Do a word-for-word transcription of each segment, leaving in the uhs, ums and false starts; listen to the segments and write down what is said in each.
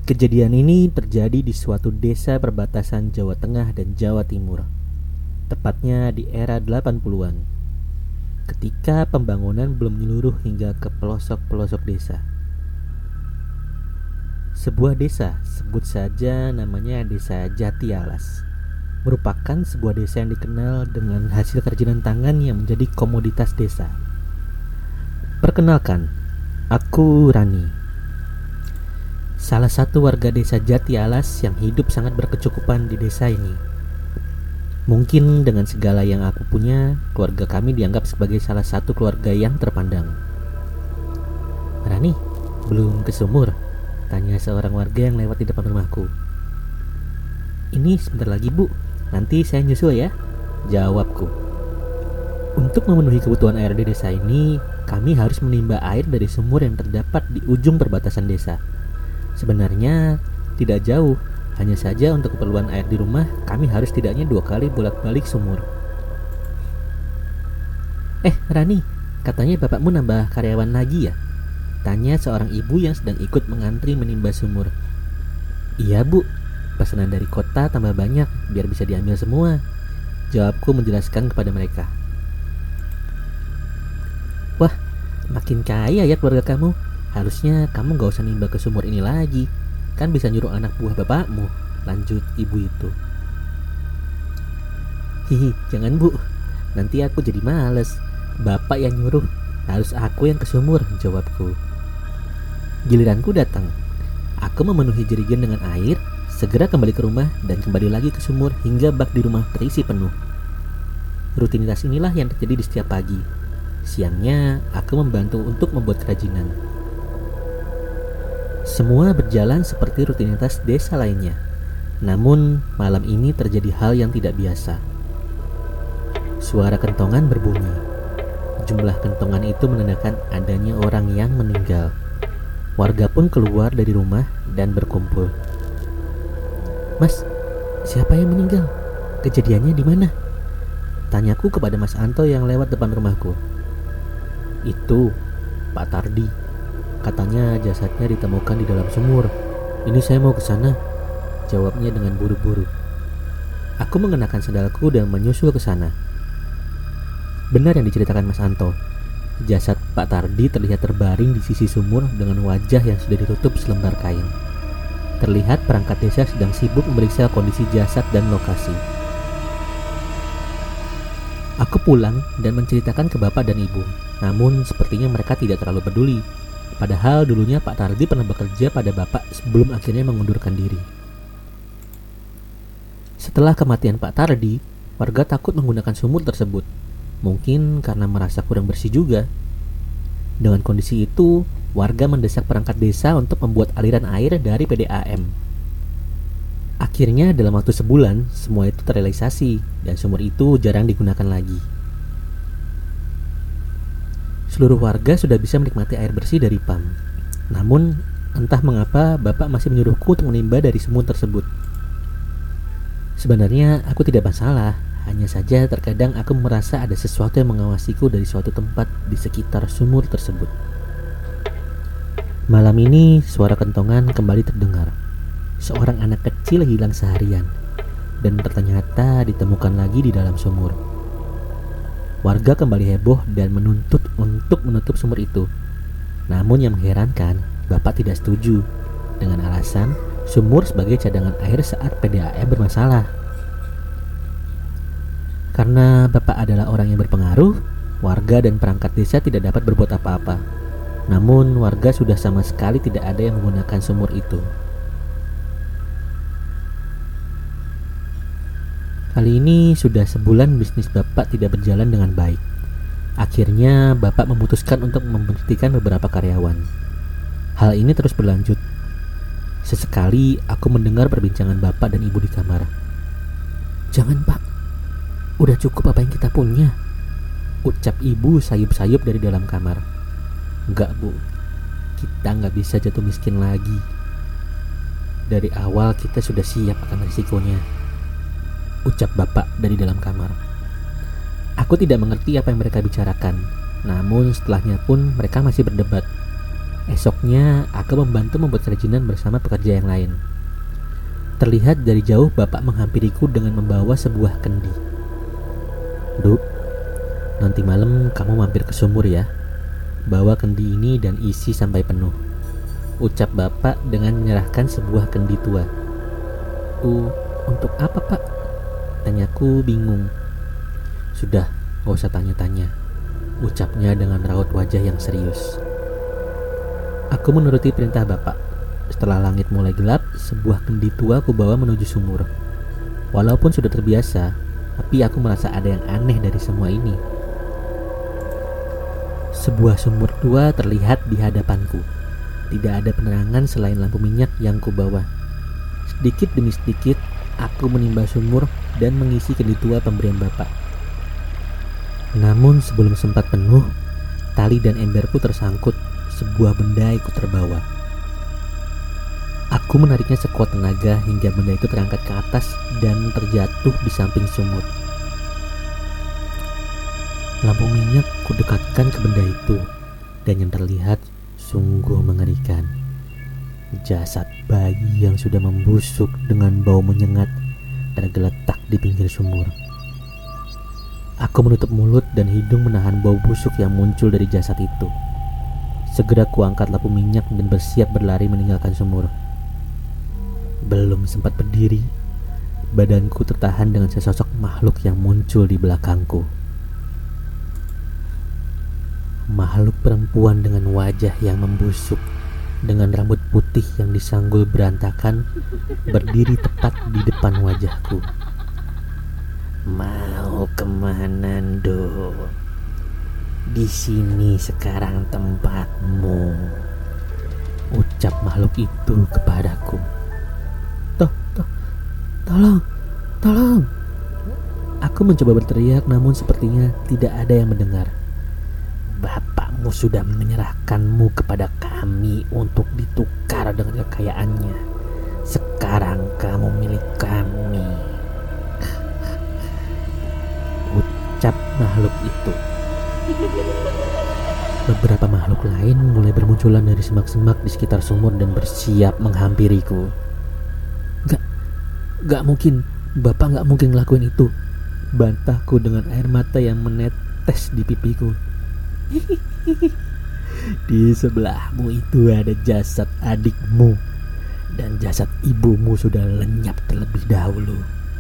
Kejadian ini terjadi di suatu desa perbatasan Jawa Tengah dan Jawa Timur, tepatnya di era delapan puluhan, ketika pembangunan belum menyeluruh hingga ke pelosok-pelosok desa. Sebuah desa, sebut saja namanya Desa Jati Alas, merupakan sebuah desa yang dikenal dengan hasil kerajinan tangan yang menjadi komoditas desa. Perkenalkan, aku Rani, salah satu warga desa Jati Alas yang hidup sangat berkecukupan di desa ini. Mungkin dengan segala yang aku punya, keluarga kami dianggap sebagai salah satu keluarga yang terpandang. Rani, belum ke sumur? Tanya seorang warga yang lewat di depan rumahku. Ini sebentar lagi bu, nanti saya nyusul ya, jawabku. Untuk memenuhi kebutuhan air di desa ini, kami harus menimba air dari sumur yang terdapat di ujung perbatasan desa. Sebenarnya tidak jauh, hanya saja untuk keperluan air di rumah kami harus setidaknya dua kali bolak-balik sumur. Eh Rani, katanya bapakmu nambah karyawan lagi ya? Tanya seorang ibu yang sedang ikut mengantri menimba sumur. Iya bu, pesanan dari kota tambah banyak biar bisa diambil semua, jawabku menjelaskan kepada mereka. Wah, makin kaya ya keluarga kamu. Harusnya kamu gak usah nimba ke sumur ini lagi, kan bisa nyuruh anak buah bapakmu, lanjut ibu itu. Hihi, jangan bu, nanti aku jadi males. Bapak yang nyuruh, harus aku yang ke sumur, jawabku. Giliranku datang. Aku memenuhi jerigen dengan air, segera kembali ke rumah dan kembali lagi ke sumur hingga bak di rumah terisi penuh. Rutinitas inilah yang terjadi di setiap pagi. Siangnya, aku membantu untuk membuat kerajinan. Semua berjalan seperti rutinitas desa lainnya. Namun, malam ini terjadi hal yang tidak biasa. Suara kentongan berbunyi. Jumlah kentongan itu menandakan adanya orang yang meninggal. Warga pun keluar dari rumah dan berkumpul. Mas, siapa yang meninggal? Kejadiannya di mana? Tanyaku kepada Mas Anto yang lewat depan rumahku. Itu Pak Tardi. Katanya jasadnya ditemukan di dalam sumur. Ini saya mau ke sana, jawabnya dengan buru-buru. Aku mengenakan sandalku dan menyusul ke sana. Benar yang diceritakan Mas Anto. Jasad Pak Tardi terlihat terbaring di sisi sumur dengan wajah yang sudah ditutup selembar kain. Terlihat perangkat desa sedang sibuk memeriksa kondisi jasad dan lokasi. Aku pulang dan menceritakan ke bapak dan ibu. Namun sepertinya mereka tidak terlalu peduli. Padahal dulunya Pak Tardi pernah bekerja pada bapak sebelum akhirnya mengundurkan diri. Setelah kematian Pak Tardi, warga takut menggunakan sumur tersebut. Mungkin karena merasa kurang bersih juga. Dengan kondisi itu, warga mendesak perangkat desa untuk membuat aliran air dari P D A M. Akhirnya dalam waktu sebulan, semua itu terrealisasi dan sumur itu jarang digunakan lagi. Seluruh warga sudah bisa menikmati air bersih dari P A M. Namun, entah mengapa bapak masih menyuruhku untuk menimba dari sumur tersebut. Sebenarnya aku tidak masalah. Hanya saja terkadang aku merasa ada sesuatu yang mengawasiku dari suatu tempat di sekitar sumur tersebut. Malam ini suara kentongan kembali terdengar. Seorang anak kecil hilang seharian dan ternyata ditemukan lagi di dalam sumur. Warga kembali heboh dan menuntut untuk menutup sumur itu. Namun yang mengherankan, bapak tidak setuju dengan alasan sumur sebagai cadangan air saat P D A M bermasalah. Karena bapak adalah orang yang berpengaruh, warga dan perangkat desa tidak dapat berbuat apa-apa. Namun warga sudah sama sekali tidak ada yang menggunakan sumur itu. Kali ini sudah sebulan bisnis bapak tidak berjalan dengan baik. Akhirnya bapak memutuskan untuk memberhentikan beberapa karyawan. Hal ini terus berlanjut. Sesekali aku mendengar perbincangan bapak dan ibu di kamar. Jangan pak, udah cukup apa yang kita punya, ucap ibu sayup-sayup dari dalam kamar. Enggak bu, kita nggak bisa jatuh miskin lagi. Dari awal kita sudah siap akan risikonya, ucap bapak dari dalam kamar. Aku tidak mengerti apa yang mereka bicarakan. Namun setelahnya pun mereka masih berdebat. Esoknya, aku membantu membuat kerajinan bersama pekerja yang lain. Terlihat dari jauh bapak menghampiriku dengan membawa sebuah kendi. "Duk, nanti malam kamu mampir ke sumur ya. Bawa kendi ini dan isi sampai penuh," ucap bapak dengan menyerahkan sebuah kendi tua. "Uh, untuk apa pak?" tanyaku bingung. "Sudah, gak usah tanya-tanya," ucapnya dengan raut wajah yang serius. Aku menuruti perintah bapak. Setelah langit mulai gelap, sebuah kendi tua aku bawa menuju sumur. Walaupun sudah terbiasa, tapi aku merasa ada yang aneh dari semua ini. Sebuah sumur tua terlihat di hadapanku. Tidak ada penerangan selain lampu minyak yang kubawa. Sedikit demi sedikit, aku menimba sumur dan mengisi kendi tua pemberian bapak. Namun sebelum sempat penuh, tali dan emberku tersangkut. Sebuah benda ikut terbawa. Aku menariknya sekuat tenaga hingga benda itu terangkat ke atas dan terjatuh di samping sumur. Lampu minyak kudekatkan ke benda itu, dan yang terlihat sungguh mengerikan. Jasad bayi yang sudah membusuk dengan bau menyengat tergeletak di pinggir sumur. Aku menutup mulut dan hidung menahan bau busuk yang muncul dari jasad itu. Segera kuangkat lampu minyak dan bersiap berlari meninggalkan sumur. Belum sempat berdiri, badanku tertahan dengan sesosok makhluk yang muncul di belakangku. Makhluk perempuan dengan wajah yang membusuk, dengan rambut putih yang disanggul berantakan, berdiri tepat di depan wajahku. "Mau kemana, Nduk? Di sini sekarang tempatmu," ucap makhluk itu kepadaku. Toh, toh, tolong, tolong. Aku mencoba berteriak, namun sepertinya tidak ada yang mendengar. "Bapakmu sudah menyerahkanmu kepada kami untuk ditukar dengan kekayaannya. Sekarang kamu milik kami," ucap makhluk itu. Beberapa makhluk lain mulai bermunculan dari semak-semak di sekitar sumur dan bersiap menghampiriku. Gak, gak mungkin, bapak gak mungkin ngelakuin itu," bantahku dengan air mata yang menetes di pipiku. "Di sebelahmu itu ada jasad adikmu, dan jasad ibumu sudah lenyap terlebih dahulu."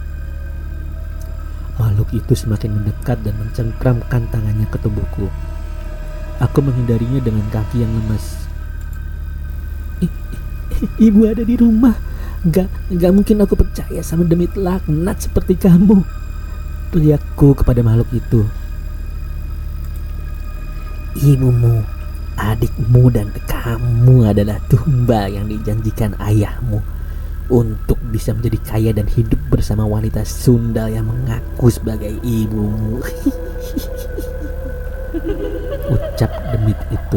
Makhluk itu semakin mendekat dan mencengkramkan tangannya ke tubuhku. Aku menghindarinya dengan kaki yang lemas. I- i- "Ibu ada di rumah. Gak, gak mungkin aku percaya sama demit laknat seperti kamu," teriakku kepada makhluk itu. "Ibumu, adikmu, dan kamu adalah tumbal yang dijanjikan ayahmu untuk bisa menjadi kaya dan hidup bersama wanita sundal yang mengaku sebagai ibumu," ucap demit itu.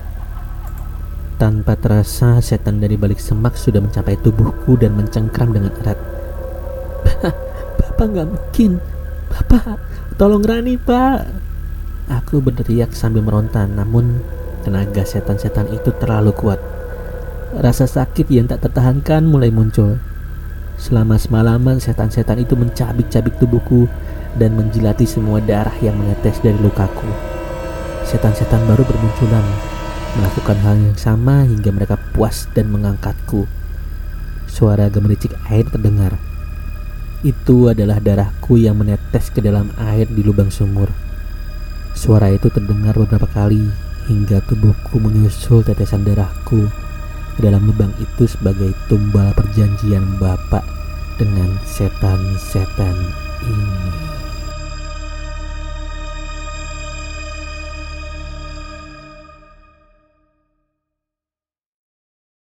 Tanpa terasa, setan dari balik semak sudah mencapai tubuhku dan mencengkram dengan erat. "Bapak gak mungkin. Bapak, tolong Rani, Pak." Aku berteriak sambil meronta, namun tenaga setan-setan itu terlalu kuat. Rasa sakit yang tak tertahankan mulai muncul. Selama semalaman setan-setan itu mencabik-cabik tubuhku dan menjilati semua darah yang menetes dari lukaku. Setan-setan baru bermunculan, melakukan hal yang sama hingga mereka puas dan mengangkatku. Suara gemericik air terdengar. Itu adalah darahku yang menetes ke dalam air di lubang sumur. Suara itu terdengar beberapa kali hingga tubuhku menyusul tetesan darahku ke dalam lubang itu sebagai tumbal perjanjian bapak dengan setan-setan ini.